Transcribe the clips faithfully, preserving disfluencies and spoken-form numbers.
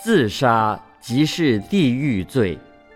自杀即是地狱罪。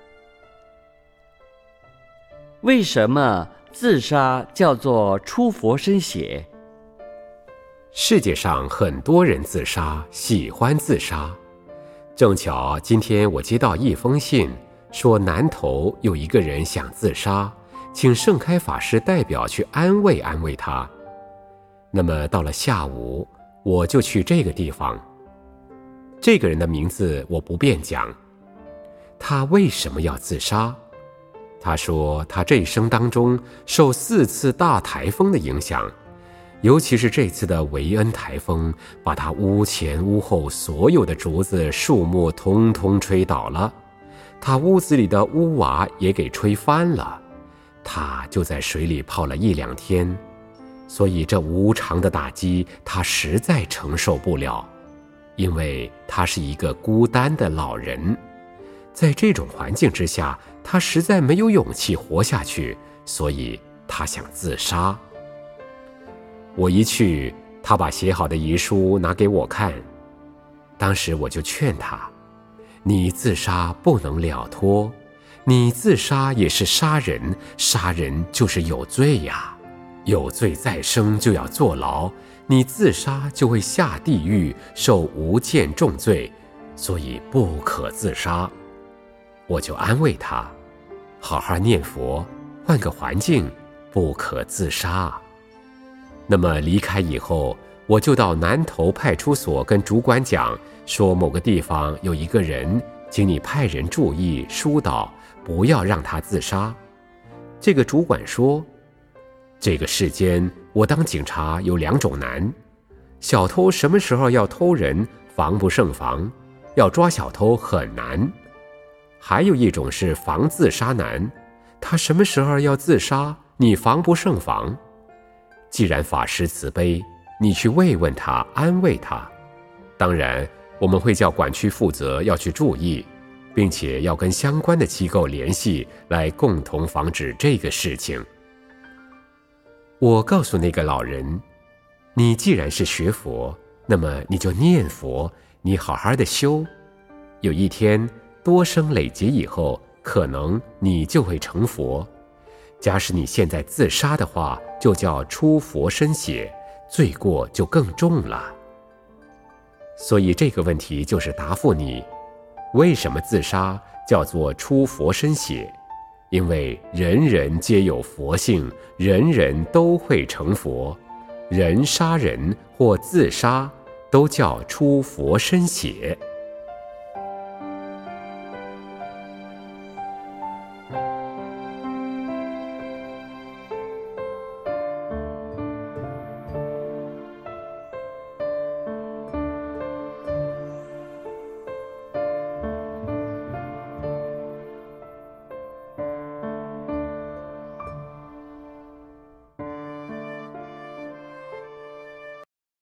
为什么自杀叫做出佛身血？ 世界上很多人自杀，喜欢自杀。正巧今天我接到一封信，说南头有一个人想自杀，请盛开法师代表去安慰安慰他。那么到了下午，我就去这个地方。这个人的名字我不便讲。他为什么要自杀？他说他这一生当中受四次大台风的影响，尤其是这次的维恩台风，把他屋前屋后所有的竹子树木通通吹倒了，他屋子里的屋瓦也给吹翻了，他就在水里泡了一两天，所以这无常的打击他实在承受不了，因为他是一个孤单的老人。在这种环境之下，他实在没有勇气活下去，所以他想自杀。我一去，他把写好的遗书拿给我看，当时我就劝他，你自杀不能了脱，你自杀也是杀人，杀人就是有罪呀，有罪再生就要坐牢，你自杀就会下地狱，受无间重罪，所以不可自杀。我就安慰他，好好念佛，换个环境，不可自杀。那么离开以后，我就到南头派出所跟主管讲，说某个地方有一个人，请你派人注意疏导，不要让他自杀。这个主管说，这个世间我当警察有两种难，小偷什么时候要偷人，防不胜防，要抓小偷很难。还有一种是防自杀难，他什么时候要自杀，你防不胜防。既然法师慈悲，你去慰问他，安慰他。当然，我们会叫管区负责要去注意，并且要跟相关的机构联系，来共同防止这个事情。我告诉那个老人，你既然是学佛，那么你就念佛，你好好的修，有一天多生累劫以后，可能你就会成佛。假使你现在自杀的话，就叫出佛身血，罪过就更重了。所以这个问题就是答复你，为什么自杀叫做出佛身血？因为人人皆有佛性，人人都会成佛，人杀人或自杀都叫出佛身血。